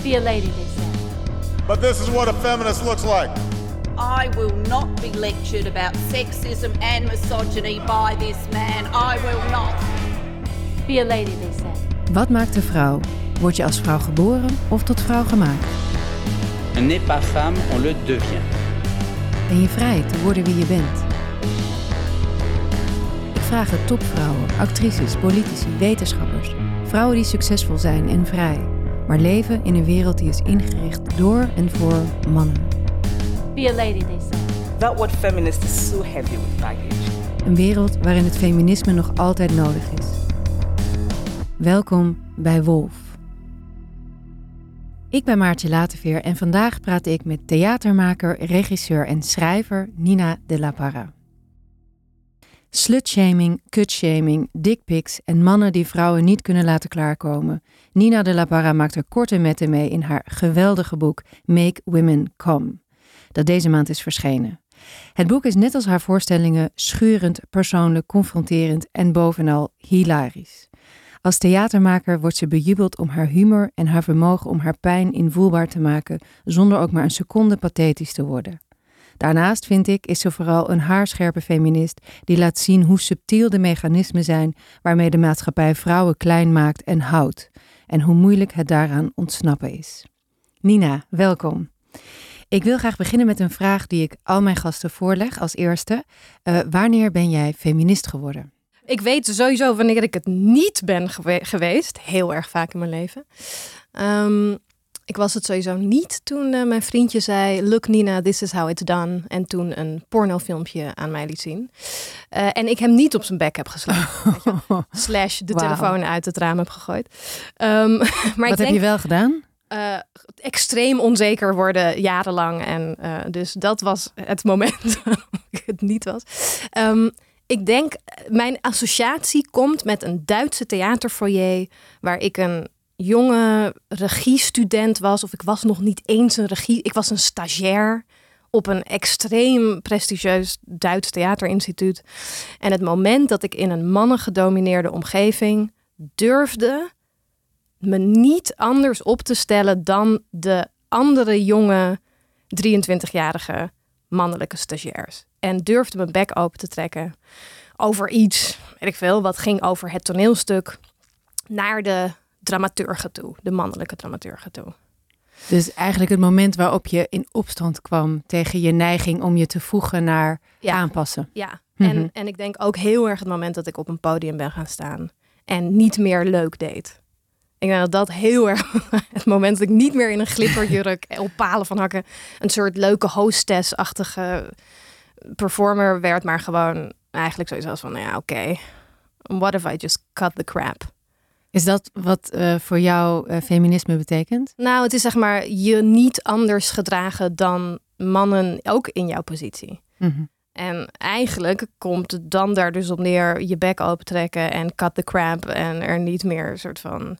Be a lady, they said. But this is what a feminist looks like. I will not be lectured about sexism and misogyny by this man. I will not. Be a lady, they said. Wat maakt de vrouw? Word je als vrouw geboren of tot vrouw gemaakt? On n'est pas femme, on le devient. Ben je vrij te worden wie je bent? Ik vraag het topvrouwen, actrices, politici, wetenschappers. Vrouwen die succesvol zijn en vrij, maar leven in een wereld die is ingericht door en voor mannen. Be a lady, they said. That word feminist is so heavy with baggage. Een wereld waarin het feminisme nog altijd nodig is. Welkom bij Wolf. Ik ben Maartje Lateveer en vandaag praat ik met theatermaker, regisseur en schrijver Nina de la Parra. Slutshaming, kutshaming, dickpics en mannen die vrouwen niet kunnen laten klaarkomen. Nina de la Parra maakt er korte metten mee in haar geweldige boek Make Women Come, dat deze maand is verschenen. Het boek is net als haar voorstellingen schurend, persoonlijk, confronterend en bovenal hilarisch. Als theatermaker wordt ze bejubeld om haar humor en haar vermogen om haar pijn invoelbaar te maken, zonder ook maar een seconde pathetisch te worden. Daarnaast, vind ik, is ze vooral een haarscherpe feminist die laat zien hoe subtiel de mechanismen zijn waarmee de maatschappij vrouwen klein maakt en houdt, en hoe moeilijk het daaraan ontsnappen is. Nina, welkom. Ik wil graag beginnen met een vraag die ik al mijn gasten voorleg als eerste. Wanneer ben jij feminist geworden? Ik weet sowieso wanneer ik het niet ben geweest. Heel erg vaak in mijn leven. Ik was het sowieso niet toen mijn vriendje zei... Look Nina, this is how it's done. En toen een pornofilmpje aan mij liet zien. En ik hem niet op zijn bek heb geslagen. / de telefoon uit het raam heb gegooid. Maar Wat heb je wel gedaan? Extreem onzeker worden, jarenlang. En dus dat was het moment waarop ik het niet was. Ik denk, mijn associatie komt met een Duitse theaterfoyer waar ik een jonge regiestudent was. Of ik was nog niet eens ik was een stagiair op een extreem prestigieus Duits theaterinstituut. En het moment dat ik in een mannengedomineerde omgeving durfde me niet anders op te stellen dan de andere jonge 23-jarige mannelijke stagiairs. En durfde mijn bek open te trekken over iets, weet ik veel, wat ging over het toneelstuk naar de dramaturgen toe, de mannelijke dramaturgen toe. Dus eigenlijk het moment waarop je in opstand kwam tegen je neiging om je te voegen naar aanpassen. Ja, en ik denk ook heel erg het moment dat ik op een podium ben gaan staan en niet meer leuk deed. Ik denk dat dat heel erg het moment dat ik niet meer in een glitterjurk op palen van hakken een soort leuke hostess-achtige performer werd, maar gewoon eigenlijk sowieso van, nou ja, oké. What if I just cut the crap? Is dat wat voor jou feminisme betekent? Nou, het is zeg maar je niet anders gedragen dan mannen ook in jouw positie. Mm-hmm. En eigenlijk komt het dan daar dus op neer je bek open trekken en cut the crap en er niet meer een soort van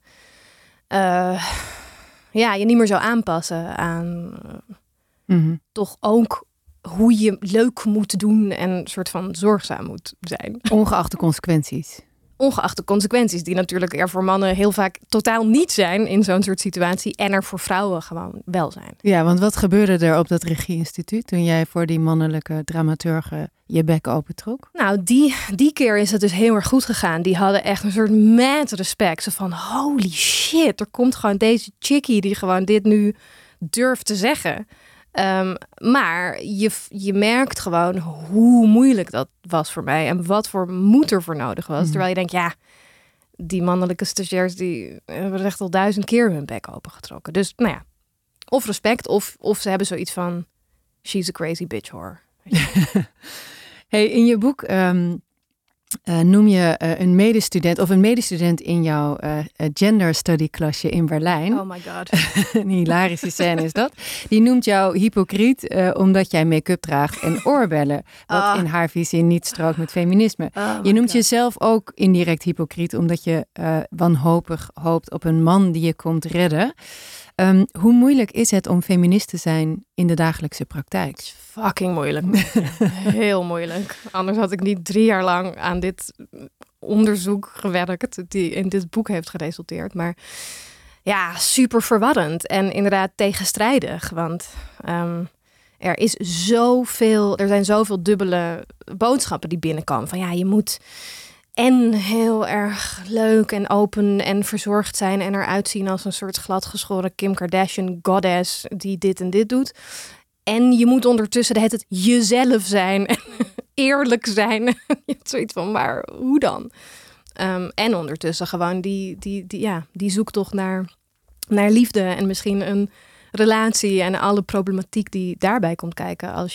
je niet meer zo aanpassen aan toch ook hoe je leuk moet doen en een soort van zorgzaam moet zijn. Ongeacht de consequenties. Ongeacht de consequenties die natuurlijk er voor mannen heel vaak totaal niet zijn in zo'n soort situatie en er voor vrouwen gewoon wel zijn. Ja, want wat gebeurde er op dat regie-instituut toen jij voor die mannelijke dramaturgen je bek opentrok? Nou, die keer is het dus heel erg goed gegaan. Die hadden echt een soort mad respect. Zo van, holy shit, er komt gewoon deze chickie die gewoon dit nu durft te zeggen. Maar je merkt gewoon hoe moeilijk dat was voor mij en wat voor moed er voor nodig was. Terwijl je denkt, ja, die mannelijke stagiairs die hebben echt al 1000 keer hun bek opengetrokken. Dus nou ja, of respect of ze hebben zoiets van, she's a crazy bitch whore. Hey, in je boek noem je een medestudent in jouw gender study klasje in Berlijn. Oh my god. Een hilarische scène is dat. Die noemt jou hypocriet omdat jij make-up draagt en oorbellen. Wat in haar visie niet strookt met feminisme. Je noemt jezelf ook indirect hypocriet omdat je wanhopig hoopt op een man die je komt redden. Hoe moeilijk is het om feminist te zijn in de dagelijkse praktijk? Fucking moeilijk. Heel moeilijk. Anders had ik niet 3 jaar lang aan dit onderzoek gewerkt die in dit boek heeft geresulteerd. Maar super verwarrend en inderdaad tegenstrijdig. Want er zijn zoveel dubbele boodschappen die binnenkomen. Van je moet en heel erg leuk en open en verzorgd zijn en eruit zien als een soort gladgeschoren Kim Kardashian goddess die dit en dit doet. En je moet ondertussen het jezelf zijn en eerlijk zijn. Je hebt zoiets van, maar hoe dan? En ondertussen gewoon die zoektocht naar liefde en misschien een relatie en alle problematiek die daarbij komt kijken als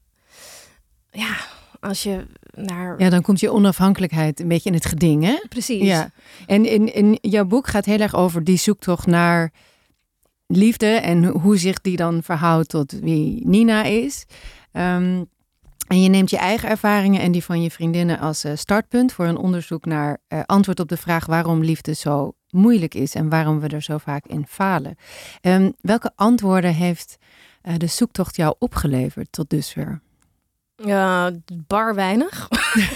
je naar... Ja, dan komt je onafhankelijkheid een beetje in het geding, hè? Precies. Ja. En in jouw boek gaat heel erg over die zoektocht naar liefde en hoe zich die dan verhoudt tot wie Nina is. En je neemt je eigen ervaringen en die van je vriendinnen als startpunt voor een onderzoek naar antwoord op de vraag waarom liefde zo moeilijk is en waarom we er zo vaak in falen. Welke antwoorden heeft de zoektocht jou opgeleverd tot dusver? Ja, bar weinig.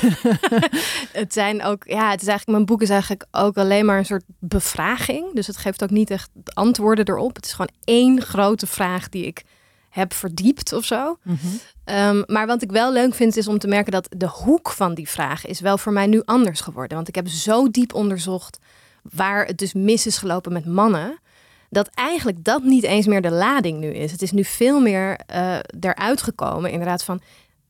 Het zijn ook, het is eigenlijk, mijn boek is eigenlijk ook alleen maar een soort bevraging. Dus het geeft ook niet echt antwoorden erop. Het is gewoon één grote vraag die ik heb verdiept of zo. Mm-hmm. Maar wat ik wel leuk vind is om te merken dat de hoek van die vraag is wel voor mij nu anders geworden. Want ik heb zo diep onderzocht waar het dus mis is gelopen met mannen, dat eigenlijk dat niet eens meer de lading nu is. Het is nu veel meer eruit gekomen, inderdaad, van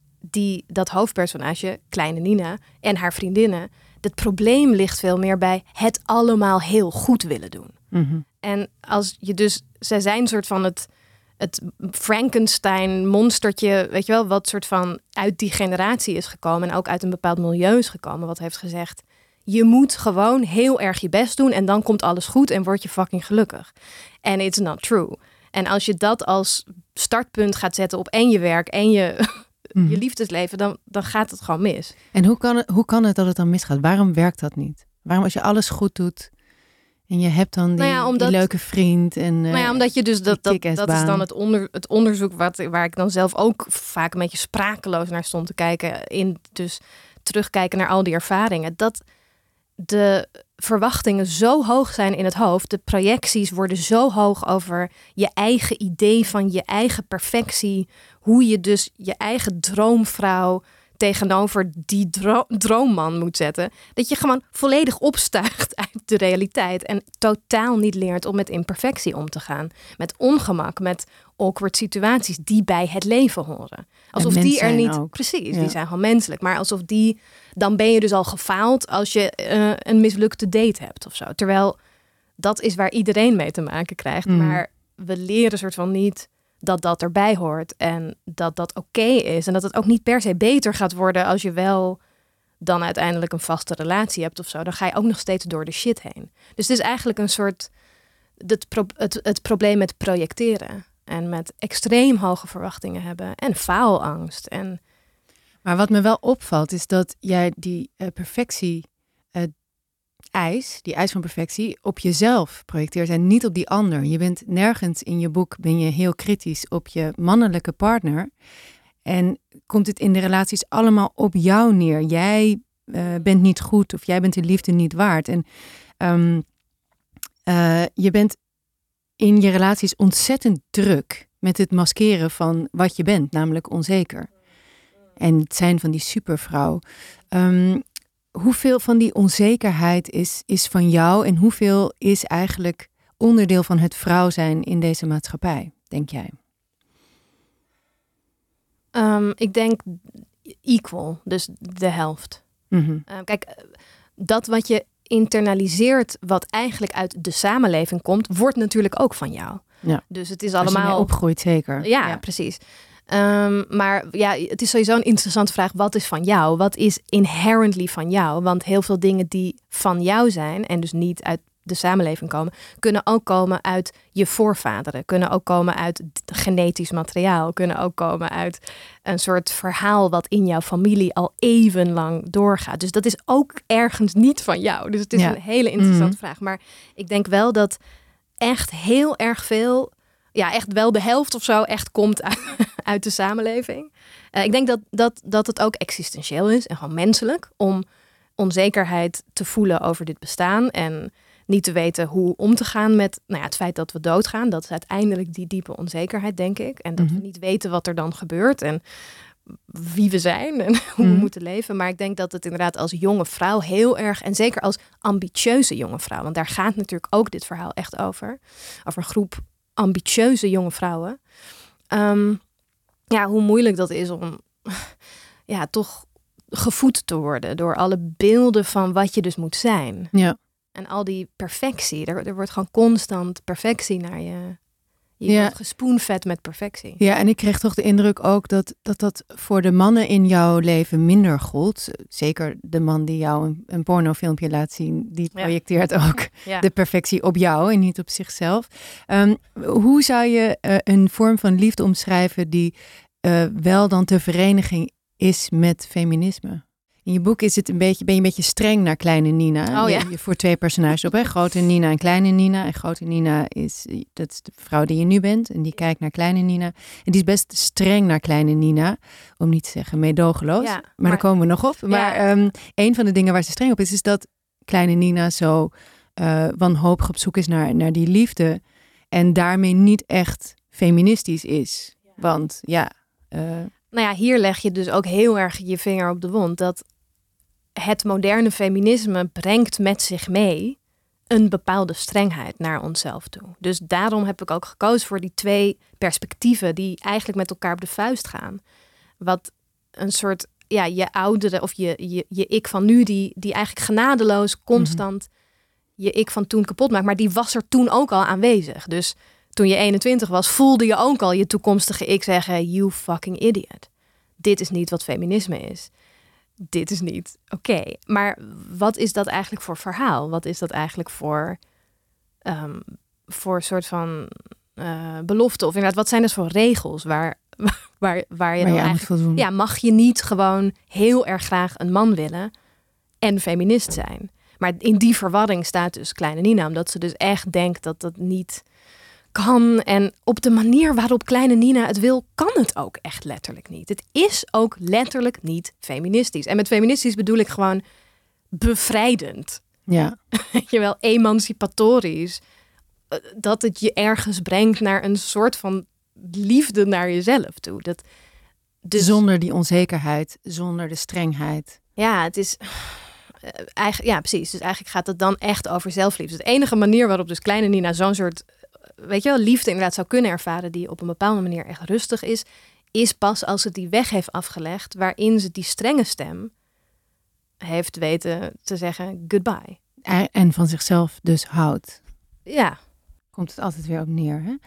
dat hoofdpersonage, kleine Nina, en haar vriendinnen. Het probleem ligt veel meer bij het allemaal heel goed willen doen. Mm-hmm. En als je dus, zij zijn een soort van het Frankenstein-monstertje, weet je wel, wat soort van uit die generatie is gekomen en ook uit een bepaald milieu is gekomen, wat heeft gezegd, je moet gewoon heel erg je best doen en dan komt alles goed en word je fucking gelukkig. En it's not true. En als je dat als startpunt gaat zetten op en je werk en je liefdesleven, dan gaat het gewoon mis. En hoe kan het dat het dan misgaat? Waarom werkt dat niet? Waarom als je alles goed doet en je hebt dan die leuke vriend en omdat je dus dat is dan het onderzoek waar ik dan zelf ook vaak een beetje sprakeloos naar stond te kijken, in dus terugkijken naar al die ervaringen, dat de verwachtingen zo hoog zijn in het hoofd, de projecties worden zo hoog over je eigen idee van je eigen perfectie, hoe je dus je eigen droomvrouw tegenover die droomman moet zetten, dat je gewoon volledig opstuigt uit de realiteit en totaal niet leert om met imperfectie om te gaan. Met ongemak, met awkward situaties die bij het leven horen. Alsof die er niet... Ook. Precies, die zijn gewoon menselijk. Maar alsof dan ben je dus al gefaald als je een mislukte date hebt of zo. Terwijl dat is waar iedereen mee te maken krijgt. Maar we leren soort van niet dat erbij hoort en dat oké is. En dat het ook niet per se beter gaat worden als je wel dan uiteindelijk een vaste relatie hebt of zo. Dan ga je ook nog steeds door de shit heen. Dus het is eigenlijk een soort het probleem met projecteren. En met extreem hoge verwachtingen hebben. En faalangst. Maar wat me wel opvalt is dat jij die perfectie die eis van perfectie, op jezelf projecteert en niet op die ander. Je bent nergens in je boek heel kritisch op je mannelijke partner. En komt het in de relaties allemaal op jou neer. Jij bent niet goed of jij bent de liefde niet waard. En je bent in je relaties ontzettend druk met het maskeren van wat je bent, namelijk onzeker. En het zijn van die supervrouw. Hoeveel van die onzekerheid is van jou en hoeveel is eigenlijk onderdeel van het vrouw zijn in deze maatschappij, denk jij? Ik denk equal, dus de helft. Mm-hmm. Kijk, dat wat je internaliseert, wat eigenlijk uit de samenleving komt, wordt natuurlijk ook van jou. Ja. Dus het is allemaal... Als je mee opgroeit, zeker. Ja, precies. Maar ja, het is sowieso een interessante vraag. Wat is van jou? Wat is inherently van jou? Want heel veel dingen die van jou zijn en dus niet uit de samenleving komen, kunnen ook komen uit je voorvaderen. Kunnen ook komen uit genetisch materiaal. Kunnen ook komen uit een soort verhaal wat in jouw familie al eeuwenlang doorgaat. Dus dat is ook ergens niet van jou. Dus het is een hele interessante vraag. Maar ik denk wel dat echt heel erg veel, ja, echt wel de helft of zo echt komt uit de samenleving. Ik denk dat het ook existentieel is en gewoon menselijk om onzekerheid te voelen over dit bestaan en Niet te weten hoe om te gaan met het feit dat we doodgaan. Dat is uiteindelijk die diepe onzekerheid, denk ik. En dat we niet weten wat er dan gebeurt en wie we zijn en hoe we moeten leven. Maar ik denk dat het inderdaad als jonge vrouw heel erg, en zeker als ambitieuze jonge vrouw, want daar gaat natuurlijk ook dit verhaal echt over een groep ambitieuze jonge vrouwen. Hoe moeilijk dat is om toch gevoed te worden door alle beelden van wat je dus moet zijn. Ja. En al die perfectie. Er wordt gewoon constant perfectie naar je. Je wordt gespoenvet met perfectie. Ja, en ik kreeg toch de indruk ook dat voor de mannen in jouw leven minder gold. Zeker de man die jou een pornofilmpje laat zien, die projecteert ook de perfectie op jou en niet op zichzelf. Hoe zou je een vorm van liefde omschrijven die wel dan te verenigen is met feminisme? In je boek ben je een beetje streng naar kleine Nina. Je voert 2 personages op, hè? Grote Nina en kleine Nina. En grote Nina dat is de vrouw die je nu bent. En die kijkt naar kleine Nina. En die is best streng naar kleine Nina. Om niet te zeggen meedogenloos. Ja, maar daar komen we nog op. Maar een van de dingen waar ze streng op is dat kleine Nina zo wanhopig op zoek is naar die liefde. En daarmee niet echt feministisch is. Want hier leg je dus ook heel erg je vinger op de wond. Dat het moderne feminisme brengt met zich mee een bepaalde strengheid naar onszelf toe. Dus daarom heb ik ook gekozen voor die 2 perspectieven die eigenlijk met elkaar op de vuist gaan. Wat een soort, je oudere of je ik van nu die eigenlijk genadeloos constant je ik van toen kapot maakt. Maar die was er toen ook al aanwezig. Dus toen je 21 was, voelde je ook al je toekomstige ik zeggen, you fucking idiot. Dit is niet wat feminisme is. Dit is niet oké. Maar wat is dat eigenlijk voor verhaal? Wat is dat eigenlijk voor soort van belofte? Of inderdaad, wat zijn dat voor regels waar je dan eigenlijk... Ja, mag je niet gewoon heel erg graag een man willen en feminist zijn? Maar in die verwarring staat dus kleine Nina, omdat ze dus echt denkt dat dat niet kan. En op de manier waarop kleine Nina het wil, kan het ook echt letterlijk niet. Het is ook letterlijk niet feministisch. En met feministisch bedoel ik gewoon bevrijdend. Ja. Jawel, emancipatorisch. Dat het je ergens brengt naar een soort van liefde naar jezelf toe. Dus, zonder die onzekerheid, zonder de strengheid. Ja, het is... precies. Dus eigenlijk gaat het dan echt over zelfliefde. De enige manier waarop dus kleine Nina zo'n soort... liefde inderdaad zou kunnen ervaren die op een bepaalde manier echt rustig is pas als ze die weg heeft afgelegd waarin ze die strenge stem heeft weten te zeggen goodbye. En van zichzelf dus houdt. Ja. Komt het altijd weer op neer. Hè?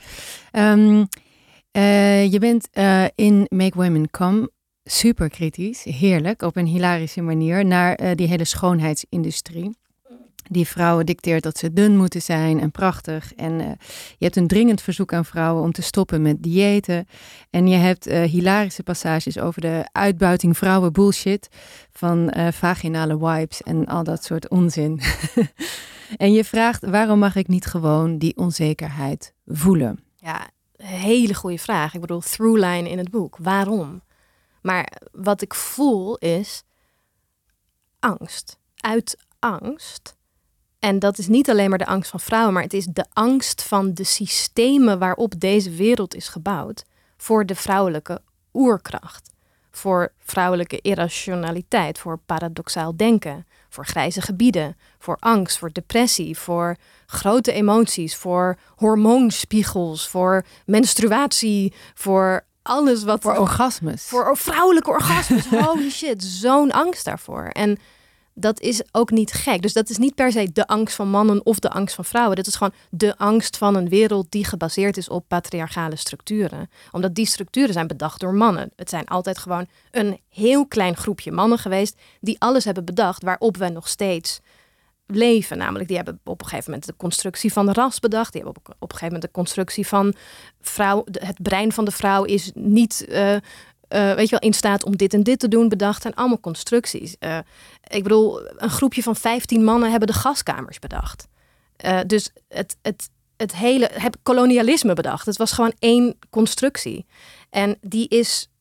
Je bent in Make Women Come super kritisch, heerlijk, op een hilarische manier naar die hele schoonheidsindustrie. Die vrouwen dicteert dat ze dun moeten zijn en prachtig. En je hebt een dringend verzoek aan vrouwen om te stoppen met diëten. En je hebt hilarische passages over de uitbuiting vrouwen bullshit. Van vaginale wipes en al dat soort onzin. En je vraagt, waarom mag ik niet gewoon die onzekerheid voelen? Ja, hele goede vraag. Ik bedoel, throughline in het boek. Waarom? Maar wat ik voel is angst. Uit angst. En dat is niet alleen maar de angst van vrouwen, maar het is de angst van de systemen waarop deze wereld is gebouwd voor de vrouwelijke oerkracht. Voor vrouwelijke irrationaliteit, voor paradoxaal denken, voor grijze gebieden, voor angst, voor depressie, voor grote emoties, voor hormoonspiegels, voor menstruatie, voor alles wat... Voor orgasmes. Voor vrouwelijke orgasmes. Holy shit, zo'n angst daarvoor. En dat is ook niet gek. Dus dat is niet per se de angst van mannen of de angst van vrouwen. Dat is gewoon de angst van een wereld die gebaseerd is op patriarchale structuren. Omdat die structuren zijn bedacht door mannen. Het zijn altijd gewoon een heel klein groepje mannen geweest die alles hebben bedacht waarop we nog steeds leven. Namelijk, die hebben op een gegeven moment de constructie van de ras bedacht. Die hebben op een gegeven moment de constructie van vrouw. Het brein van de vrouw is niet... in staat om dit en dit te doen bedacht. En allemaal constructies. Ik bedoel, een groepje van 15 mannen hebben de gaskamers bedacht. Dus het hele kolonialisme bedacht. Het was gewoon één constructie. En die is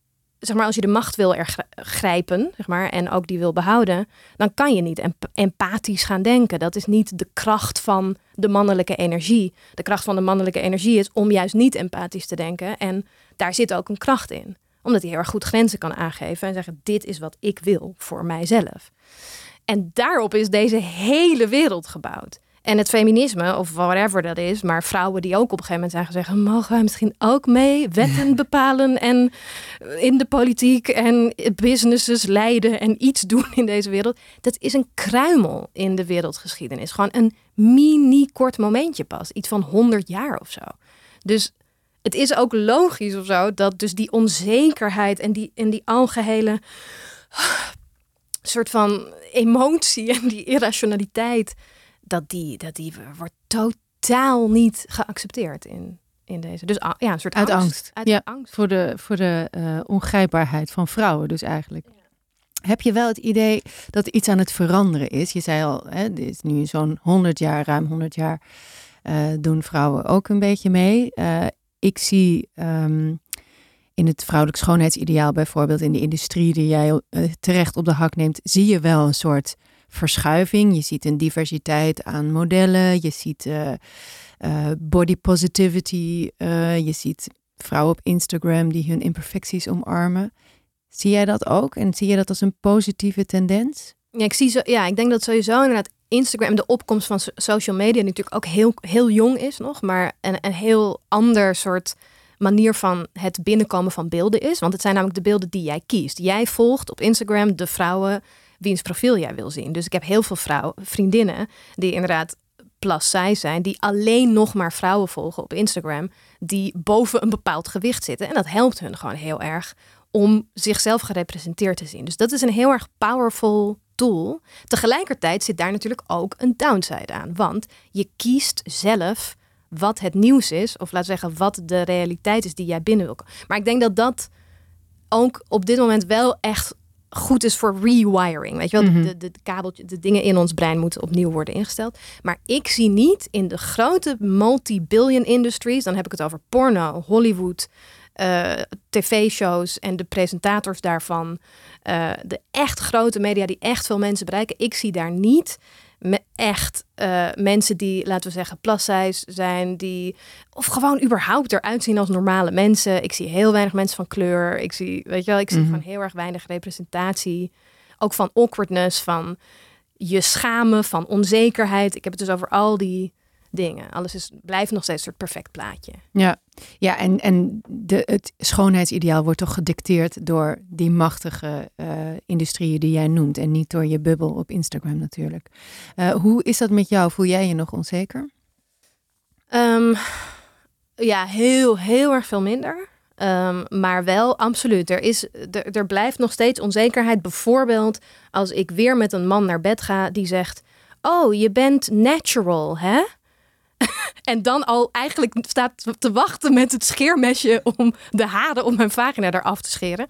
zeg maar, als je de macht wil grijpen, zeg maar, en ook die wil behouden, dan kan je niet empathisch gaan denken. Dat is niet de kracht van de mannelijke energie. De kracht van de mannelijke energie is om juist niet empathisch te denken. En daar zit ook een kracht in. Omdat hij heel erg goed grenzen kan aangeven en zeggen, dit is wat ik wil voor mijzelf. En daarop is deze hele wereld gebouwd. En het feminisme, of whatever dat is, maar vrouwen die ook op een gegeven moment zijn gezegd, mogen wij misschien ook mee wetten bepalen en in de politiek en businesses leiden en iets doen in deze wereld. Dat is een kruimel in de wereldgeschiedenis. Gewoon een mini-kort momentje pas. Iets van 100 jaar of zo. Dus het is ook logisch of zo dat dus die onzekerheid en die algehele soort van emotie en die irrationaliteit, dat die wordt totaal niet geaccepteerd in deze. Dus ja, een soort Uit angst. Uit angst. Voor de ongrijpbaarheid van vrouwen dus eigenlijk. Ja. Heb je wel het idee dat er iets aan het veranderen is? Je zei al, hè, dit is nu zo'n 100 jaar, ruim 100 jaar, doen vrouwen ook een beetje mee. Ik zie in het vrouwelijk schoonheidsideaal bijvoorbeeld in de industrie die jij terecht op de hak neemt, zie je wel een soort verschuiving. Je ziet een diversiteit aan modellen. Je ziet body positivity. Je ziet vrouwen op Instagram die hun imperfecties omarmen. Zie jij dat ook? En zie je dat als een positieve tendens? Ja, ik denk dat sowieso inderdaad Instagram, de opkomst van social media natuurlijk ook heel, heel jong is nog, maar een heel ander soort manier van het binnenkomen van beelden is. Want het zijn namelijk de beelden die jij kiest. Jij volgt op Instagram de vrouwen wiens profiel jij wil zien. Dus ik heb heel veel vriendinnen die inderdaad plus size zijn, die alleen nog maar vrouwen volgen op Instagram die boven een bepaald gewicht zitten. En dat helpt hun gewoon heel erg om zichzelf gerepresenteerd te zien. Dus dat is een heel erg powerful tool. Tegelijkertijd zit daar natuurlijk ook een downside aan. Want je kiest zelf wat het nieuws is, of laten we zeggen wat de realiteit is die jij binnen wil. Maar ik denk dat dat ook op dit moment wel echt goed is voor rewiring. Weet je wel, de kabeltje, de dingen in ons brein moeten opnieuw worden ingesteld. Maar ik zie niet in de grote multi-billion industries, dan heb ik het over porno, Hollywood, tv-shows en de presentators daarvan, de echt grote media die echt veel mensen bereiken. Ik zie daar niet echt mensen die, laten we zeggen, plus size zijn, die of gewoon überhaupt eruit zien als normale mensen. Ik zie heel weinig mensen van kleur. Ik zie gewoon heel erg weinig representatie. Ook van awkwardness, van je schamen, van onzekerheid. Ik heb het dus over al die dingen. Alles blijft nog steeds een soort perfect plaatje. Ja, en het schoonheidsideaal wordt toch gedicteerd door die machtige industrieën die jij noemt en niet door je bubbel op Instagram natuurlijk. Hoe is dat met jou? Voel jij je nog onzeker? Ja, heel, heel erg veel minder. Maar wel, absoluut. Er blijft nog steeds onzekerheid. Bijvoorbeeld als ik weer met een man naar bed ga die zegt, oh, je bent natural, hè? En dan al eigenlijk staat te wachten met het scheermesje om de haren op mijn vagina eraf te scheren.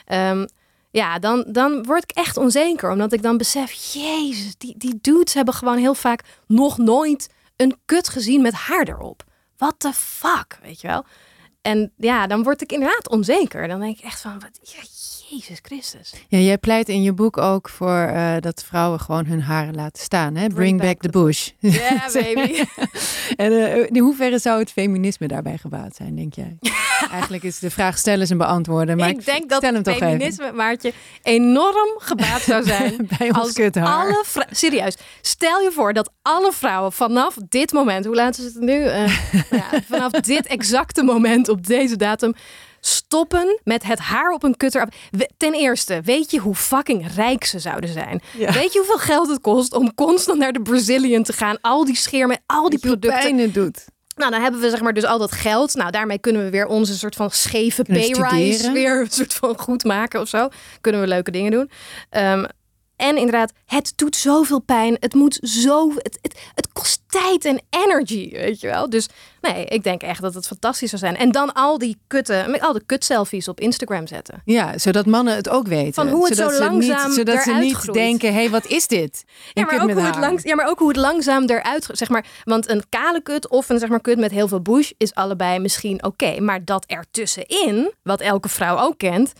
Dan word ik echt onzeker. Omdat ik dan besef, jezus, die dudes hebben gewoon heel vaak nog nooit een kut gezien met haar erop. What the fuck, weet je wel? En ja, dan word ik inderdaad onzeker. Dan denk ik echt van, Jezus Christus. Ja, jij pleit in je boek ook voor dat vrouwen gewoon hun haren laten staan. Hè? Bring back the bush. Yeah, baby. En in hoeverre zou het feminisme daarbij gebaat zijn, denk jij? Eigenlijk is de vraag stellen en beantwoorden. Maar ik denk dat het feminisme, Maartje, enorm gebaat zou zijn. Bij ons kuthaar. Serieus, stel je voor dat alle vrouwen vanaf dit moment, hoe laat is het nu? Vanaf dit exacte moment op deze datum stoppen met het haar op een kutter. Ten eerste, weet je hoe fucking rijk ze zouden zijn? Ja. Weet je hoeveel geld het kost om constant naar de Brazilian te gaan? Al die schermen, al die producten. Pijn het doet. Nou, dan hebben we zeg maar dus al dat geld. Nou, daarmee kunnen we weer onze soort van scheve pay-rise weer een soort van goed maken of zo. Kunnen we leuke dingen doen. En inderdaad, het doet zoveel pijn. Het moet het kost tijd en energy, weet je wel. Dus nee, ik denk echt dat het fantastisch zou zijn. En dan al de kut-selfies op Instagram zetten. Ja, zodat mannen het ook weten. Van hoe het zo langzaam zodat ze niet groeit. Denken, hé, wat is dit? Maar ook hoe het langzaam eruit, zeg maar. Want een kale kut of een zeg maar kut met heel veel bush is allebei misschien oké. Maar dat ertussenin, wat elke vrouw ook kent,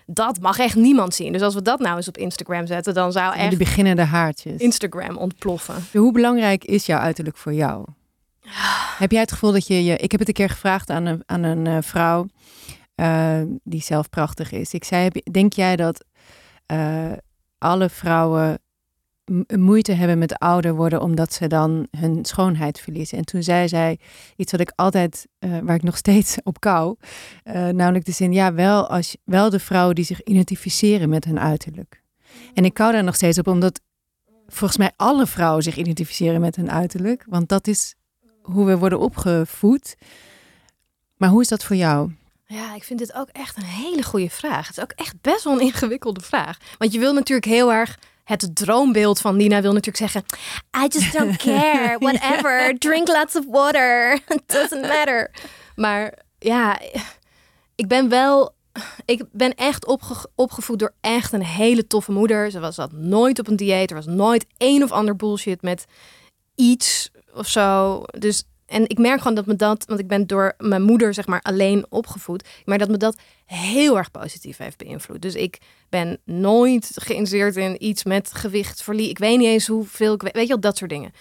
dat mag echt niemand zien. Dus als we dat nou eens op Instagram zetten, dan zou echt De beginnende haartjes. Instagram ontploffen. Hoe belangrijk is jouw uiterlijk voor jou? Heb jij het gevoel dat ik heb het een keer gevraagd aan een vrouw die zelf prachtig is. Ik zei, denk jij dat alle vrouwen moeite hebben met ouder worden omdat ze dan hun schoonheid verliezen? En toen zei zij iets wat ik altijd, waar ik nog steeds op kou, namelijk de zin, wel de vrouwen die zich identificeren met hun uiterlijk. En ik kou daar nog steeds op, omdat volgens mij alle vrouwen zich identificeren met hun uiterlijk, want dat is hoe we worden opgevoed. Maar hoe is dat voor jou? Ja, ik vind dit ook echt een hele goede vraag. Het is ook echt best wel een ingewikkelde vraag. Want je wil natuurlijk heel erg het droombeeld van Nina wil natuurlijk zeggen, I just don't care, whatever, drink lots of water, it doesn't matter. Maar ja, ik ben echt opgevoed door echt een hele toffe moeder. Ze zat nooit op een dieet, er was nooit een of ander bullshit met iets of zo. Dus, en ik merk gewoon want ik ben door mijn moeder zeg maar alleen opgevoed. Ik merk dat me dat heel erg positief heeft beïnvloed. Dus ik ben nooit geïnteresseerd in iets met gewichtsverlies. Ik weet niet eens hoeveel, weet je wel, dat soort dingen.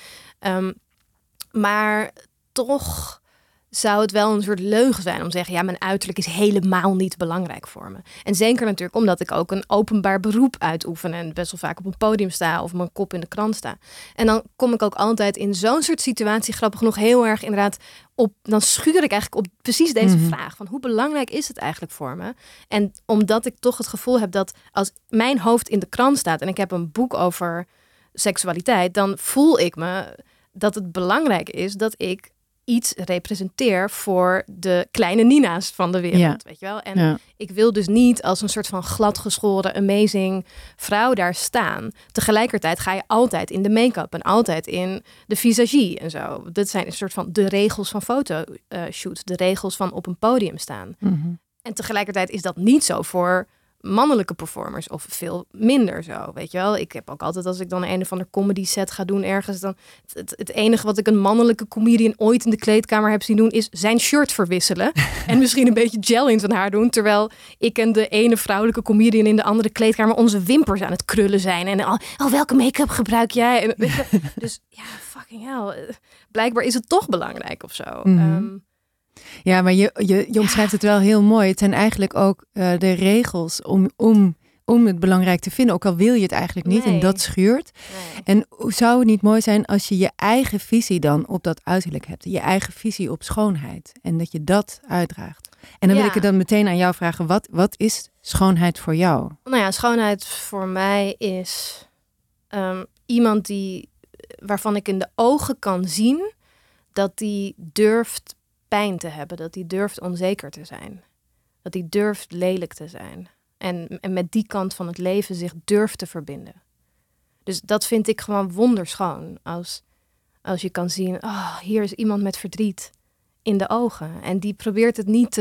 Maar toch zou het wel een soort leugen zijn om te zeggen, ja, mijn uiterlijk is helemaal niet belangrijk voor me. En zeker natuurlijk omdat ik ook een openbaar beroep uitoefen en best wel vaak op een podium sta of mijn kop in de krant sta. En dan kom ik ook altijd in zo'n soort situatie, grappig genoeg, heel erg inderdaad dan schuur ik eigenlijk op precies deze vraag van hoe belangrijk is het eigenlijk voor me? En omdat ik toch het gevoel heb dat als mijn hoofd in de krant staat en ik heb een boek over seksualiteit, dan voel ik me dat het belangrijk is dat ik iets representeer voor de kleine Nina's van de wereld, weet je wel? En ik wil dus niet als een soort van gladgeschoren, amazing vrouw daar staan. Tegelijkertijd ga je altijd in de make-up en altijd in de visagie en zo. Dat zijn een soort van de regels van fotoshoots, de regels van op een podium staan. Mm-hmm. En tegelijkertijd is dat niet zo voor mannelijke performers of veel minder zo, weet je wel. Ik heb ook altijd, als ik dan een of ander comedy set ga doen ergens, dan het enige wat ik een mannelijke comedian ooit in de kleedkamer heb zien doen is zijn shirt verwisselen en misschien een beetje gel in zijn haar doen, terwijl ik en de ene vrouwelijke comedian in de andere kleedkamer onze wimpers aan het krullen zijn en welke make-up gebruik jij? En, dus ja, fucking hell. Blijkbaar is het toch belangrijk of zo. Mm-hmm. Ja, maar je omschrijft het wel heel mooi. Het zijn eigenlijk ook de regels om het belangrijk te vinden. Ook al wil je het eigenlijk niet. Nee. En dat schuurt. Nee. En zou het niet mooi zijn als je je eigen visie dan op dat uiterlijk hebt? Je eigen visie op schoonheid. En dat je dat uitdraagt. En dan wil ik het dan meteen aan jou vragen. Wat is schoonheid voor jou? Nou ja, schoonheid voor mij is iemand waarvan ik in de ogen kan zien dat die durft pijn te hebben, dat hij durft onzeker te zijn. Dat hij durft lelijk te zijn. En met die kant van het leven zich durft te verbinden. Dus dat vind ik gewoon wonderschoon. Als je kan zien, hier is iemand met verdriet in de ogen. En die probeert het niet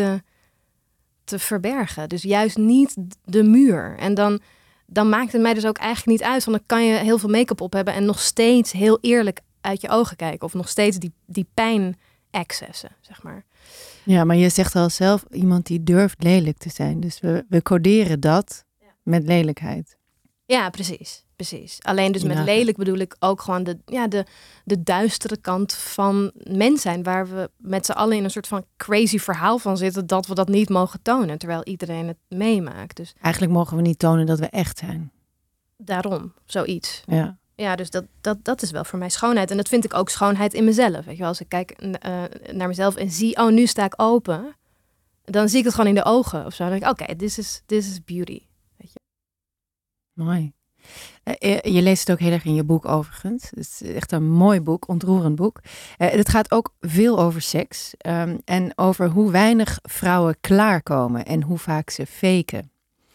te verbergen. Dus juist niet de muur. En dan maakt het mij dus ook eigenlijk niet uit. Want dan kan je heel veel make-up op hebben en nog steeds heel eerlijk uit je ogen kijken. Of nog steeds die pijn accessen, zeg maar. Ja, maar je zegt al zelf, iemand die durft lelijk te zijn. Dus we coderen dat met lelijkheid. Ja, precies. Alleen dus met lelijk bedoel ik ook gewoon de duistere kant van mens zijn, waar we met z'n allen in een soort van crazy verhaal van zitten, dat we dat niet mogen tonen, terwijl iedereen het meemaakt. Dus eigenlijk mogen we niet tonen dat we echt zijn. Daarom, zoiets. Ja. Ja, dus dat is wel voor mij schoonheid. En dat vind ik ook schoonheid in mezelf. Weet je wel, als ik kijk naar mezelf en zie, nu sta ik open. Dan zie ik het gewoon in de ogen of zo. Dan denk ik, oké, this is beauty. Weet je? Mooi. Je leest het ook heel erg in je boek overigens. Het is echt een mooi boek, ontroerend boek. Het gaat ook veel over seks. En over hoe weinig vrouwen klaarkomen en hoe vaak ze faken.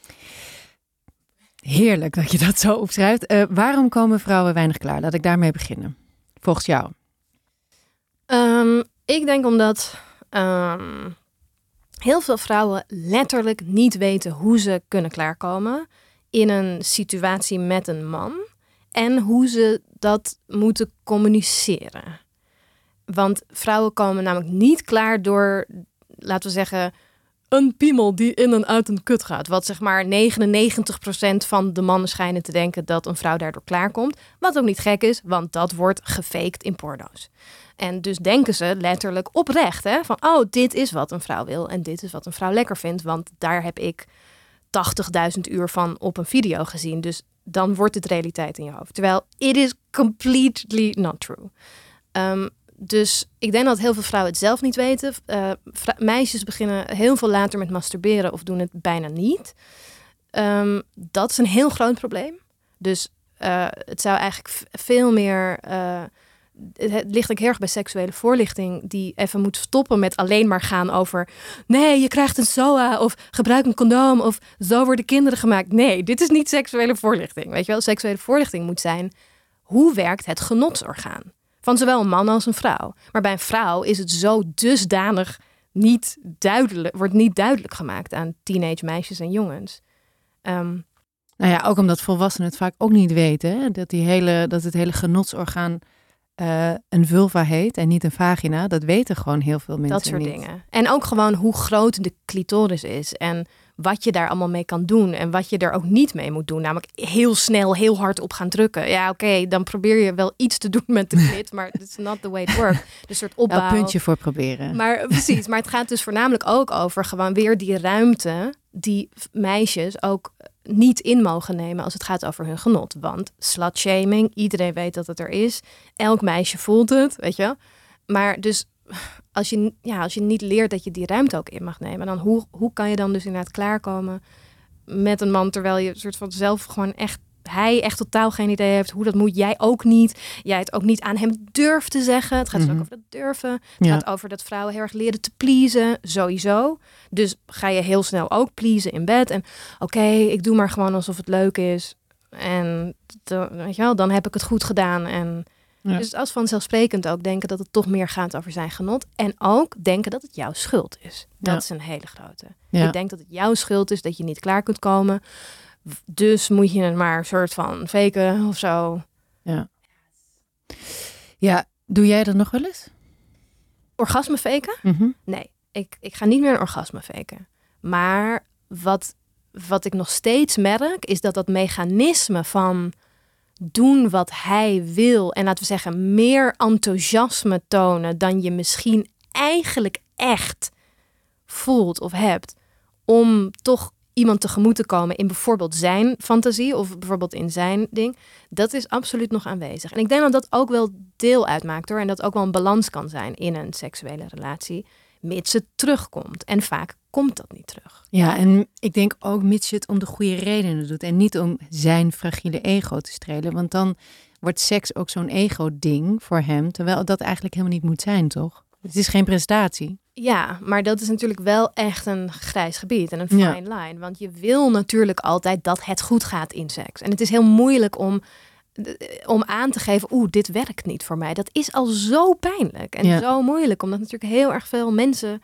Heerlijk dat je dat zo opschrijft. Waarom komen vrouwen weinig klaar? Laat ik daarmee beginnen. Volgens jou. Ik denk omdat heel veel vrouwen letterlijk niet weten hoe ze kunnen klaarkomen in een situatie met een man. En hoe ze dat moeten communiceren. Want vrouwen komen namelijk niet klaar door, laten we zeggen, een piemel die in en uit een kut gaat. Wat zeg maar 99% van de mannen schijnen te denken dat een vrouw daardoor klaarkomt. Wat ook niet gek is, want dat wordt gefaked in porno's. En dus denken ze letterlijk oprecht, hè, van dit is wat een vrouw wil en dit is wat een vrouw lekker vindt, want daar heb ik 80.000 uur van op een video gezien. Dus dan wordt het realiteit in je hoofd. Terwijl it is completely not true. Dus ik denk dat heel veel vrouwen het zelf niet weten. Meisjes beginnen heel veel later met masturberen of doen het bijna niet. Dat is een heel groot probleem. Dus het zou eigenlijk veel meer... Het ligt ook heel erg bij seksuele voorlichting die even moet stoppen met alleen maar gaan over nee, je krijgt een SOA of gebruik een condoom of zo worden kinderen gemaakt. Nee, dit is niet seksuele voorlichting. Weet je wel, seksuele voorlichting moet zijn hoe werkt het genotsorgaan van zowel een man als een vrouw. Maar bij een vrouw is het zo dusdanig wordt niet duidelijk gemaakt aan teenage meisjes en jongens. Nou ja, ook omdat volwassenen het vaak ook niet weten, hè? Dat het hele genotsorgaan een vulva heet en niet een vagina. Dat weten gewoon heel veel mensen dat soort niet. dingen. En ook gewoon hoe groot de clitoris is en wat je daar allemaal mee kan doen en wat je er ook niet mee moet doen. Namelijk heel snel, heel hard op gaan drukken. Ja, oké, dan probeer je wel iets te doen met de clit, maar it's not the way it works. Dus een soort opbouw. Een puntje voor proberen. Maar precies, maar het gaat dus voornamelijk ook over gewoon weer die ruimte die meisjes ook niet in mogen nemen als het gaat over hun genot. Want slutshaming, iedereen weet dat het er is. Elk meisje voelt het, weet je. Maar dus als je niet leert dat je die ruimte ook in mag nemen, dan hoe kan je dan dus inderdaad klaarkomen met een man terwijl je soort van zelf gewoon hij echt totaal geen idee heeft hoe dat moet. Jij ook niet. Jij het ook niet aan hem durft te zeggen. Het gaat dus ook over dat durven. Het gaat over dat vrouwen heel erg leren te pleasen. Sowieso. Dus ga je heel snel ook pleasen in bed. En oké, ik doe maar gewoon alsof het leuk is. En weet je wel, dan heb ik het goed gedaan. En dus als vanzelfsprekend ook denken dat het toch meer gaat over zijn genot. En ook denken dat het jouw schuld is. Dat is een hele grote. Ja. Ik denk dat het jouw schuld is dat je niet klaar kunt komen. Dus moet je het maar een soort van faken of zo. Ja, doe jij dat nog wel eens? Orgasme faken? Nee, ik ga niet meer een orgasme faken. Maar wat ik nog steeds merk, is dat mechanisme van doen wat hij wil en laten we zeggen meer enthousiasme tonen dan je misschien eigenlijk echt voelt of hebt om toch iemand tegemoet te komen in bijvoorbeeld zijn fantasie of bijvoorbeeld in zijn ding, dat is absoluut nog aanwezig. En ik denk dat dat ook wel deel uitmaakt hoor. En dat ook wel een balans kan zijn in een seksuele relatie, mits het terugkomt. En vaak komt dat niet terug. Ja, en ik denk ook mits je het om de goede redenen doet en niet om zijn fragiele ego te strelen. Want dan wordt seks ook zo'n ego-ding voor hem, terwijl dat eigenlijk helemaal niet moet zijn, toch? Het is geen prestatie. Ja, maar dat is natuurlijk wel echt een grijs gebied en een fine line. Want je wil natuurlijk altijd dat het goed gaat in seks. En het is heel moeilijk om aan te geven, dit werkt niet voor mij. Dat is al zo pijnlijk en zo moeilijk. Omdat natuurlijk heel erg veel mensen,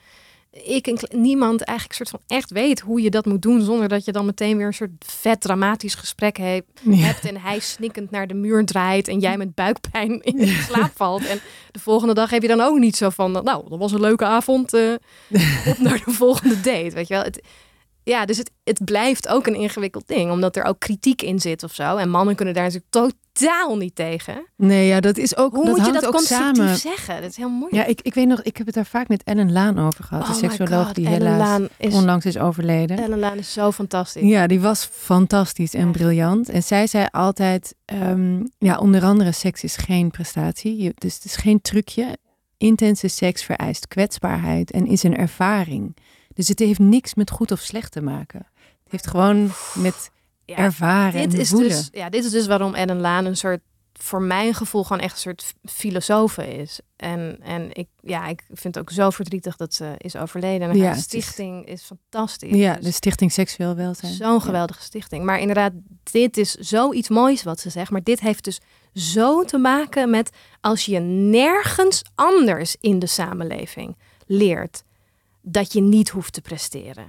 niemand eigenlijk soort van echt weet hoe je dat moet doen zonder dat je dan meteen weer een soort vet dramatisch gesprek hebt en hij snikkend naar de muur draait en jij met buikpijn in slaap valt. En de volgende dag heb je dan ook niet zo van, nou, dat was een leuke avond, op naar de volgende date, weet je wel. Dus het blijft ook een ingewikkeld ding, omdat er ook kritiek in zit of zo. En mannen kunnen daar natuurlijk totaal niet tegen. Nee, ja, dat is ook. Hoe moet je dat ook constructief samen zeggen? Dat is heel moeilijk. Ja, ik weet nog, ik heb het daar vaak met Ellen Laan over gehad. De seksuoloog die helaas onlangs is overleden. Ellen Laan is zo fantastisch. Ja, die was fantastisch en briljant. En zij zei altijd, onder andere seks is geen prestatie. Dus het is geen trucje. Intense seks vereist kwetsbaarheid en is een ervaring. Dus het heeft niks met goed of slecht te maken. Het heeft gewoon met ervaren en voelen. Dit is dus waarom Ellen Laan een soort, voor mijn gevoel, gewoon echt een soort filosoof is. En ik vind het ook zo verdrietig dat ze is overleden. En haar stichting is fantastisch. Ja, de Stichting Seksueel Welzijn. Zo'n geweldige stichting. Maar inderdaad, dit is zoiets moois wat ze zegt. Maar dit heeft dus zo te maken met als je nergens anders in de samenleving leert dat je niet hoeft te presteren.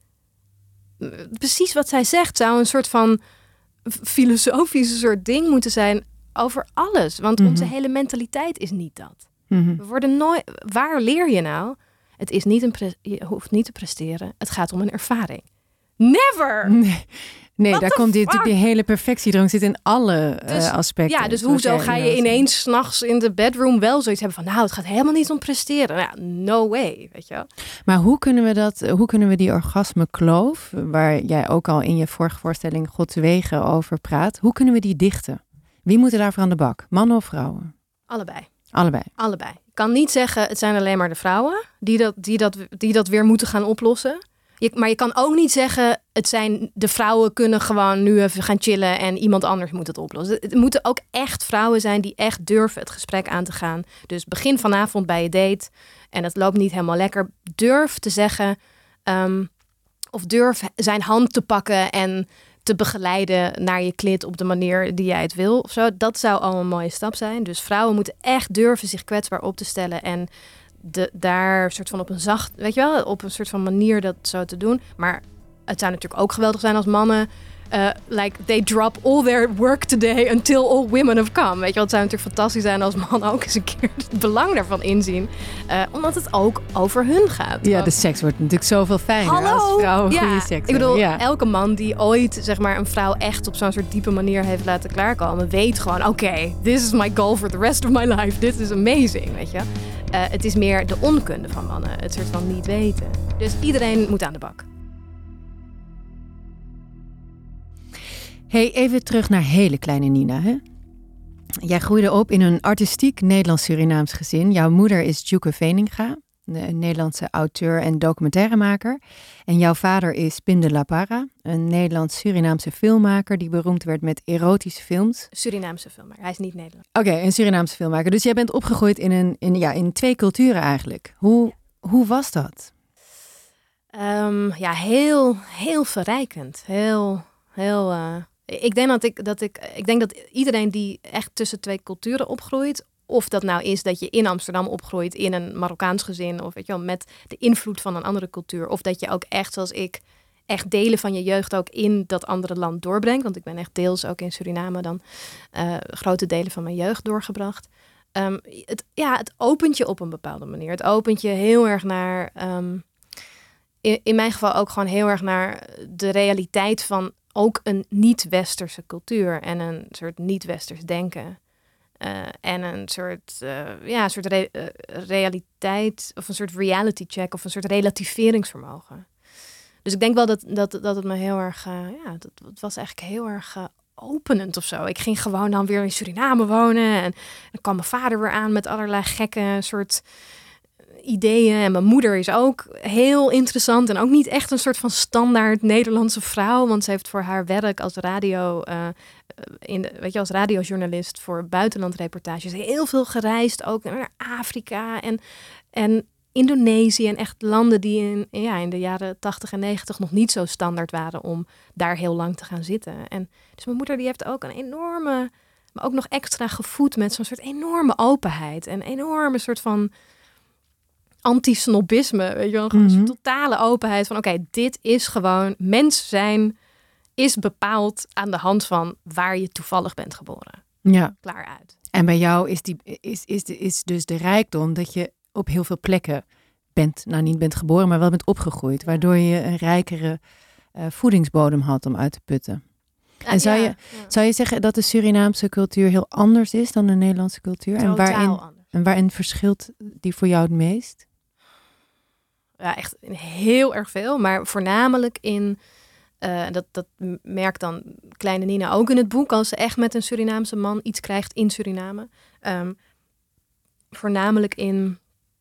Precies wat zij zegt zou een soort van filosofische soort ding moeten zijn over alles. Want onze hele mentaliteit is niet dat. We worden nooit. Waar leer je nou? Het is niet je hoeft niet te presteren. Het gaat om een ervaring. Never! Nee, What daar the komt fuck? die hele perfectiedrang zit in alle aspecten. Ja, dus zoals hoezo jij ga je inderdaad ineens 's nachts in de bedroom wel zoiets hebben van... nou, het gaat helemaal niet om presteren. Nou, no way, weet je wel. Maar hoe kunnen we die orgasmekloof, waar jij ook al in je vorige voorstelling Gods Wegen over praat, hoe kunnen we die dichten? Wie moeten daarvoor aan de bak? Mannen of vrouwen? Allebei. Allebei. Ik kan niet zeggen, het zijn alleen maar de vrouwen die dat weer moeten gaan oplossen. Maar je kan ook niet zeggen, het zijn de vrouwen kunnen gewoon nu even gaan chillen en iemand anders moet het oplossen. Het moeten ook echt vrouwen zijn die echt durven het gesprek aan te gaan. Dus begin vanavond bij je date en het loopt niet helemaal lekker. Durf te zeggen of durf zijn hand te pakken en te begeleiden naar je klit op de manier die jij het wil. Of zo. Dat zou al een mooie stap zijn. Dus vrouwen moeten echt durven zich kwetsbaar op te stellen en daar soort van op een zacht, weet je wel, op een soort van manier dat zo te doen. Maar het zou natuurlijk ook geweldig zijn als mannen like they drop all their work today until all women have come. Weet je wel, het zou natuurlijk fantastisch zijn als mannen ook eens een keer het belang daarvan inzien. Omdat het ook over hun gaat. Ja, de seks wordt natuurlijk zoveel fijner als vrouwen goede seks ik bedoel, hebben. Ja. elke man die ooit zeg maar een vrouw echt op zo'n soort diepe manier heeft laten klaarkomen, weet gewoon, oké, this is my goal for the rest of my life. This is amazing, weet je. Het is meer de onkunde van mannen, het soort van niet weten. Dus iedereen moet aan de bak. Hey, even terug naar hele kleine Nina. Hè? Jij groeide op in een artistiek Nederlands-Surinaams gezin. Jouw moeder is Djuke Veninga, een Nederlandse auteur en documentairemaker. En jouw vader is Pim de la Parra, een Nederlands-Surinaamse filmmaker die beroemd werd met erotische films. Surinaamse filmmaker, hij is niet Nederlands. Oké, een Surinaamse filmmaker. Dus jij bent opgegroeid in twee culturen eigenlijk. Hoe was dat? Heel, heel verrijkend. Ik denk dat iedereen die echt tussen twee culturen opgroeit, of dat nou is dat je in Amsterdam opgroeit in een Marokkaans gezin, of weet je wel, met de invloed van een andere cultuur, of dat je ook echt, zoals ik, echt delen van je jeugd ook in dat andere land doorbrengt. Want ik ben echt deels ook in Suriname dan grote delen van mijn jeugd doorgebracht. Het opent je op een bepaalde manier. Het opent je heel erg naar, in mijn geval ook gewoon heel erg naar de realiteit van ook een niet-westerse cultuur en een soort niet-westers denken. En een soort, realiteit of een soort reality check of een soort relativeringsvermogen. Dus ik denk wel dat het me heel erg, het was eigenlijk heel erg openend of zo. Ik ging gewoon dan weer in Suriname wonen en dan kwam mijn vader weer aan met allerlei gekke soort ideeën. En mijn moeder is ook heel interessant en ook niet echt een soort van standaard Nederlandse vrouw, want ze heeft voor haar werk als als radiojournalist voor buitenlandreportages heel veel gereisd, ook naar Afrika en Indonesië en echt landen die in de jaren 80 en 90 nog niet zo standaard waren om daar heel lang te gaan zitten. En dus mijn moeder die heeft ook een enorme, maar ook nog extra gevoed met zo'n soort enorme openheid en enorme soort van anti-snobisme, weet je wel, gewoon een totale openheid van oké, dit is gewoon, mens zijn is bepaald aan de hand van waar je toevallig bent geboren. Ja. Klaar uit. En bij jou is dus de rijkdom dat je op heel veel plekken niet bent geboren, maar wel bent opgegroeid, waardoor je een rijkere voedingsbodem had om uit te putten. En zou je zeggen dat de Surinaamse cultuur heel anders is dan de Nederlandse cultuur? En waarin verschilt die voor jou het meest? Ja, echt heel erg veel, maar voornamelijk in, dat merkt dan kleine Nina ook in het boek, als ze echt met een Surinaamse man iets krijgt in Suriname. Voornamelijk in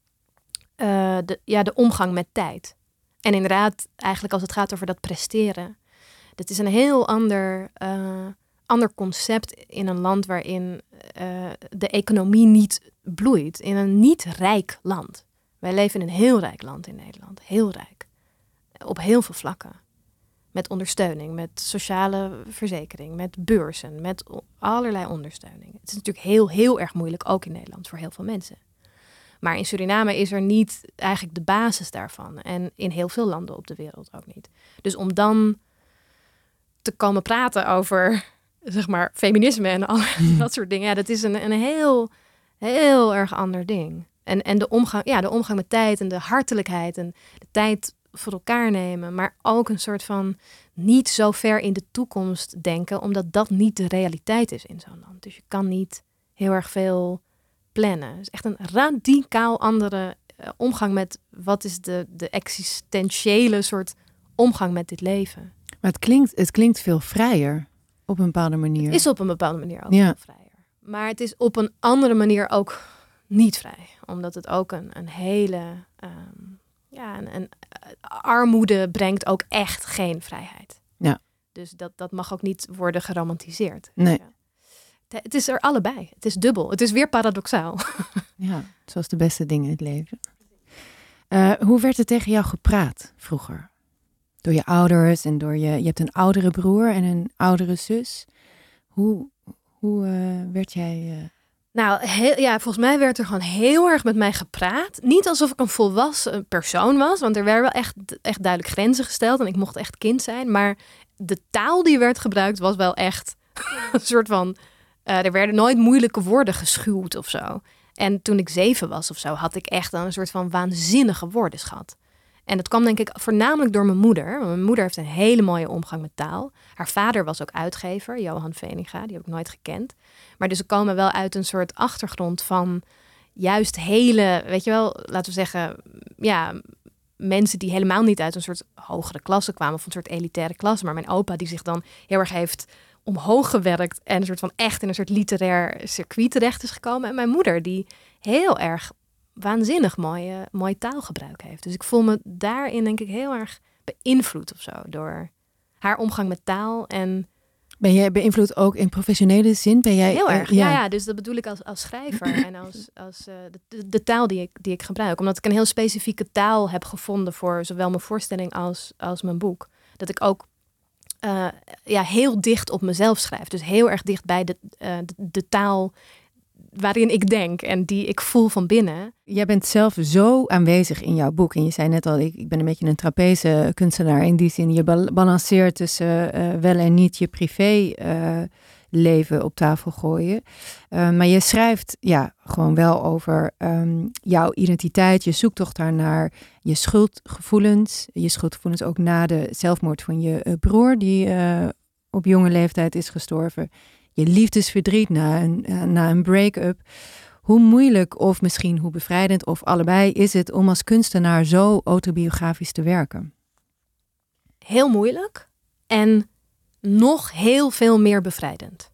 de omgang met tijd. En inderdaad, eigenlijk als het gaat over dat presteren. Dat is een heel ander concept in een land waarin de economie niet bloeit. In een niet rijk land. Wij leven in een heel rijk land in Nederland. Heel rijk. Op heel veel vlakken. Met ondersteuning, met sociale verzekering, met beurzen, met allerlei ondersteuning. Het is natuurlijk heel, heel erg moeilijk, ook in Nederland, voor heel veel mensen. Maar in Suriname is er niet eigenlijk de basis daarvan. En in heel veel landen op de wereld ook niet. Dus om dan te komen praten over, zeg maar, feminisme en al dat soort dingen. Ja, dat is een heel, heel erg ander ding. En de omgang met tijd en de hartelijkheid en de tijd voor elkaar nemen. Maar ook een soort van niet zo ver in de toekomst denken, omdat dat niet de realiteit is in zo'n land. Dus je kan niet heel erg veel plannen. Het is echt een radicaal andere omgang met wat is de existentiële soort omgang met dit leven. Maar het klinkt veel vrijer op een bepaalde manier. Het is op een bepaalde manier ook veel vrijer. Maar het is op een andere manier ook niet vrij. Omdat het ook een hele... armoede brengt ook echt geen vrijheid. Ja. Dus dat mag ook niet worden geromantiseerd. Nee. Ja. Het is er allebei. Het is dubbel. Het is weer paradoxaal. Ja, zoals de beste dingen in het leven. Hoe werd er tegen jou gepraat vroeger? Door je ouders en door je hebt een oudere broer en een oudere zus. Hoe werd jij... Nou, volgens mij werd er gewoon heel erg met mij gepraat. Niet alsof ik een volwassen persoon was, want er werden wel echt duidelijk grenzen gesteld en ik mocht echt kind zijn. Maar de taal die werd gebruikt was wel echt een soort van... er werden nooit moeilijke woorden geschuwd of zo. En toen ik 7 was of zo, had ik echt een soort van waanzinnige woordenschat. En dat kwam denk ik voornamelijk door mijn moeder. Mijn moeder heeft een hele mooie omgang met taal. Haar vader was ook uitgever, Johan Veninga, die heb ik nooit gekend. Maar dus ze komen wel uit een soort achtergrond van juist hele, weet je wel, laten we zeggen, ja, mensen die helemaal niet uit een soort hogere klasse kwamen of een soort elitaire klasse. Maar mijn opa die zich dan heel erg heeft omhoog gewerkt en een soort van echt in een soort literair circuit terecht is gekomen. En mijn moeder die heel erg waanzinnig mooi taalgebruik heeft. Dus ik voel me daarin denk ik heel erg beïnvloed of zo door haar omgang met taal. En ben jij beïnvloed ook in professionele zin? Ben jij heel erg? Ja, dus dat bedoel ik als schrijver en als de taal die ik gebruik. Omdat ik een heel specifieke taal heb gevonden voor zowel mijn voorstelling als mijn boek. Dat ik ook heel dicht op mezelf schrijf. Dus heel erg dicht bij de taal waarin ik denk en die ik voel van binnen. Jij bent zelf zo aanwezig in jouw boek. En je zei net al, ik ben een beetje een trapeze kunstenaar. In die zin, je balanceert tussen wel en niet je privé leven op tafel gooien. Maar je schrijft gewoon wel over jouw identiteit, je zoektocht daarnaar, je schuldgevoelens ook na de zelfmoord van je broer, die op jonge leeftijd is gestorven. Je liefdesverdriet na een break-up. Hoe moeilijk of misschien hoe bevrijdend of allebei is het om als kunstenaar zo autobiografisch te werken? Heel moeilijk en nog heel veel meer bevrijdend.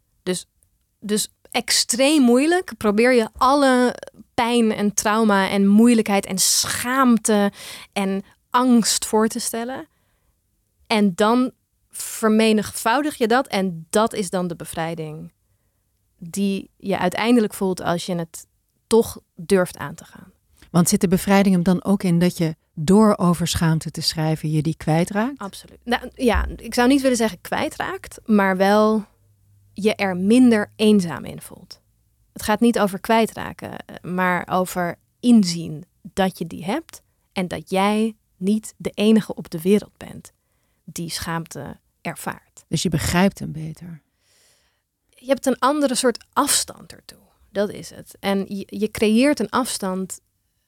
Dus extreem moeilijk. Probeer je alle pijn en trauma en moeilijkheid en schaamte en angst voor te stellen. En dan vermenigvoudig je dat en dat is dan de bevrijding die je uiteindelijk voelt als je het toch durft aan te gaan. Want zit de bevrijding hem dan ook in dat je door over schaamte te schrijven je die kwijtraakt? Absoluut. Nou ja, ik zou niet willen zeggen kwijtraakt, maar wel je er minder eenzaam in voelt. Het gaat niet over kwijtraken, maar over inzien dat je die hebt en dat jij niet de enige op de wereld bent die schaamte ervaart. Dus je begrijpt hem beter. Je hebt een andere soort afstand ertoe. Dat is het. En je creëert een afstand.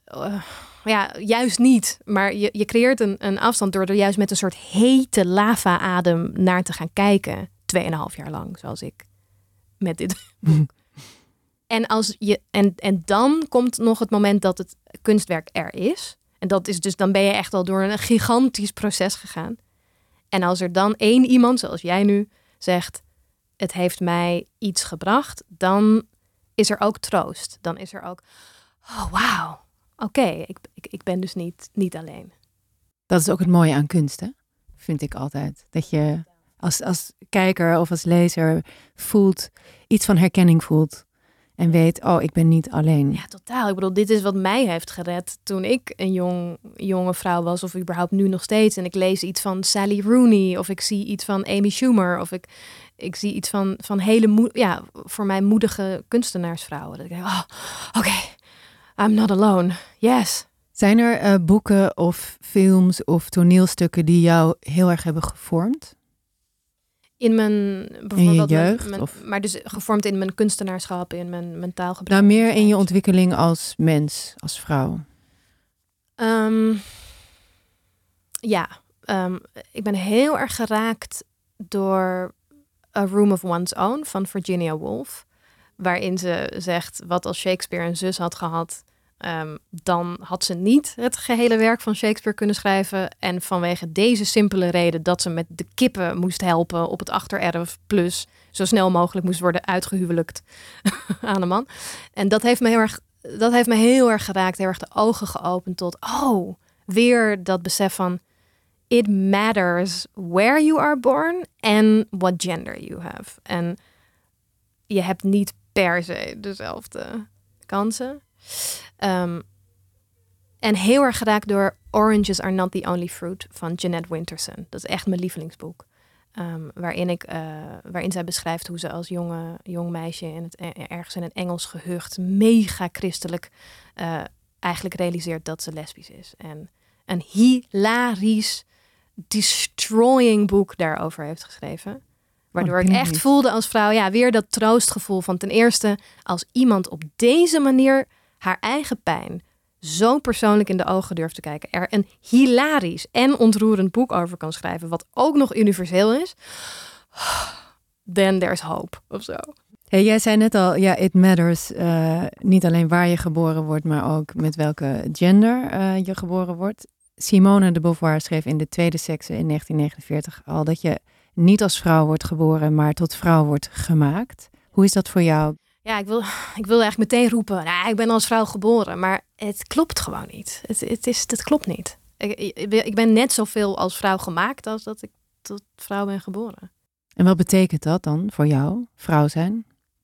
Juist niet. Maar je creëert een afstand door er juist met een soort hete lava-adem naar te gaan kijken. 2,5 jaar lang, zoals ik met dit boek. En dan komt nog het moment dat het kunstwerk er is. En dat is dus, dan ben je echt al door een gigantisch proces gegaan. En als er dan één iemand, zoals jij nu, zegt, het heeft mij iets gebracht, dan is er ook troost. Dan is er ook, oh wauw, oké, ik ben dus niet alleen. Dat is ook het mooie aan kunst, hè? Vind ik altijd. Dat je als kijker of als lezer voelt, iets van herkenning voelt. En weet, oh, ik ben niet alleen. Ja, totaal. Ik bedoel, dit is wat mij heeft gered toen ik een jonge vrouw was. Of überhaupt nu nog steeds. En ik lees iets van Sally Rooney. Of ik zie iets van Amy Schumer. Of ik zie iets van hele, voor mij moedige kunstenaarsvrouwen. Dat ik denk, oh, oké, I'm not alone. Yes. Zijn er boeken of films of toneelstukken die jou heel erg hebben gevormd? In mijn bijvoorbeeld jeugd, mijn, of? maar dus gevormd in mijn kunstenaarschap, in mijn taalgebruik. Nou, meer in je ontwikkeling als mens, als vrouw. Ik ben heel erg geraakt door A Room of One's Own van Virginia Woolf. Waarin ze zegt, wat als Shakespeare een zus had gehad, dan had ze niet het gehele werk van Shakespeare kunnen schrijven. En vanwege deze simpele reden dat ze met de kippen moest helpen op het achtererf, plus zo snel mogelijk moest worden uitgehuwelijkt aan een man. En dat heeft me heel erg geraakt, heel erg de ogen geopend tot, weer dat besef van, it matters where you are born and what gender you have. En je hebt niet per se dezelfde kansen. En heel erg geraakt door Oranges Are Not The Only Fruit van Jeanette Winterson. Dat is echt mijn lievelingsboek. Waarin zij beschrijft hoe ze als jong meisje ergens in een Engels gehucht mega christelijk eigenlijk realiseert dat ze lesbisch is. En een hilarisch destroying boek daarover heeft geschreven. Waardoor ik echt voelde als vrouw, weer dat troostgevoel van ten eerste, als iemand op deze manier haar eigen pijn zo persoonlijk in de ogen durft te kijken, er een hilarisch en ontroerend boek over kan schrijven, wat ook nog universeel is, then there's hope, of zo. Hey, jij zei net al, it matters niet alleen waar je geboren wordt, maar ook met welke gender je geboren wordt. Simone de Beauvoir schreef in De Tweede Sekse in 1949 al dat je niet als vrouw wordt geboren, maar tot vrouw wordt gemaakt. Hoe is dat voor jou? Ja, ik wil eigenlijk meteen roepen, ik ben als vrouw geboren, maar het klopt gewoon niet. Het klopt niet. Ik ben net zoveel als vrouw gemaakt als dat ik tot vrouw ben geboren. En wat betekent dat dan voor jou, vrouw zijn?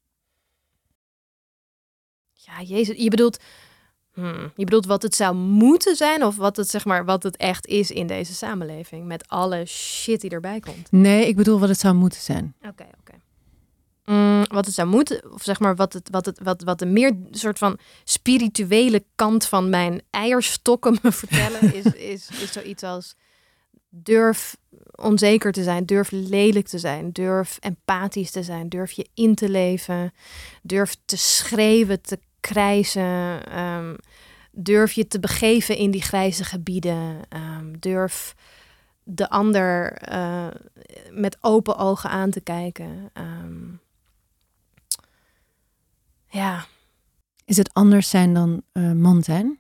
Ja, Jezus, je bedoelt wat het zou moeten zijn of wat het echt is in deze samenleving met alle shit die erbij komt? Nee, ik bedoel wat het zou moeten zijn. Oké. Wat het zou moeten, of wat de meer soort van spirituele kant van mijn eierstokken me vertellen, is zoiets als durf onzeker te zijn, durf lelijk te zijn, durf empathisch te zijn, durf je in te leven, durf te schreeuwen, te krijsen, durf je te begeven in die grijze gebieden, durf de ander met open ogen aan te kijken. Is het anders zijn dan man zijn?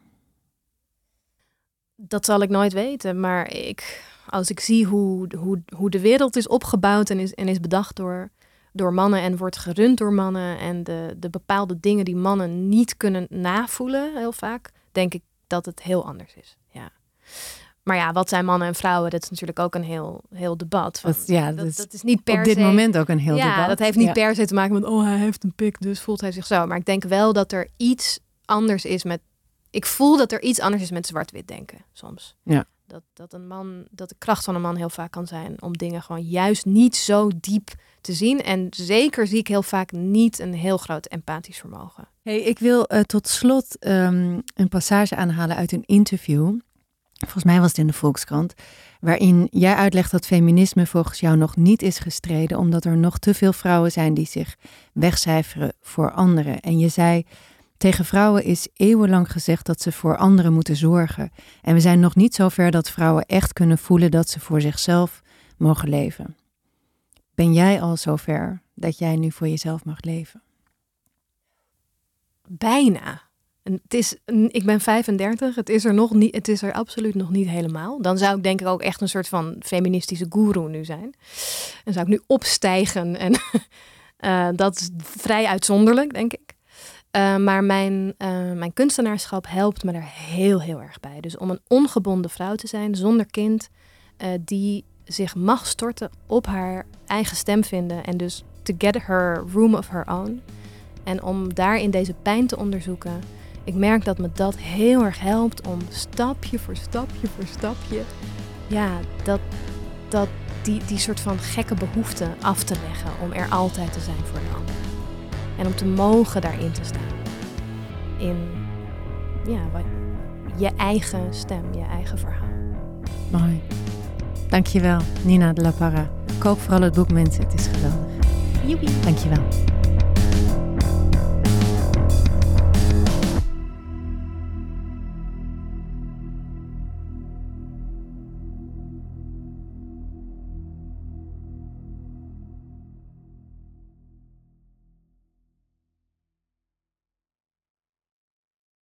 Dat zal ik nooit weten, maar als ik zie hoe de wereld is opgebouwd en is bedacht door mannen en wordt gerund door mannen en de bepaalde dingen die mannen niet kunnen navoelen, heel vaak, denk ik dat het heel anders is. Ja. Maar wat zijn mannen en vrouwen? Dat is natuurlijk ook een heel debat. Dat is niet per se... Op dit moment ook een heel debat. Ja, dat heeft niet per se te maken met, hij heeft een pik, dus voelt hij zich zo. Maar ik denk wel dat er iets anders is met... Ik voel dat er iets anders is met zwart-wit denken, soms. Ja. Dat de kracht van een man heel vaak kan zijn om dingen gewoon juist niet zo diep te zien. En zeker zie ik heel vaak niet een heel groot empathisch vermogen. Hey, ik wil tot slot een passage aanhalen uit een interview. Volgens mij was het in de Volkskrant, waarin jij uitlegt dat feminisme volgens jou nog niet is gestreden, omdat er nog te veel vrouwen zijn die zich wegcijferen voor anderen. En je zei, tegen vrouwen is eeuwenlang gezegd dat ze voor anderen moeten zorgen. En we zijn nog niet zo ver dat vrouwen echt kunnen voelen dat ze voor zichzelf mogen leven. Ben jij al zover dat jij nu voor jezelf mag leven? Bijna. Ik ben 35, het is er absoluut nog niet helemaal. Dan zou ik denk ik ook echt een soort van feministische goeroe nu zijn. Dan zou ik nu opstijgen en dat is vrij uitzonderlijk, denk ik. Maar mijn kunstenaarschap helpt me er heel, heel erg bij. Dus om een ongebonden vrouw te zijn, zonder kind, die zich mag storten op haar eigen stem vinden en dus to get her room of her own. En om daarin deze pijn te onderzoeken. Ik merk dat me dat heel erg helpt om stapje voor stapje, die soort van gekke behoefte af te leggen om er altijd te zijn voor de ander. En om te mogen daarin te staan. In je eigen stem, je eigen verhaal. Mooi. Dankjewel, Nina de la Parra. Koop vooral het boek, mensen. Het is geweldig. Joepie. Dankjewel.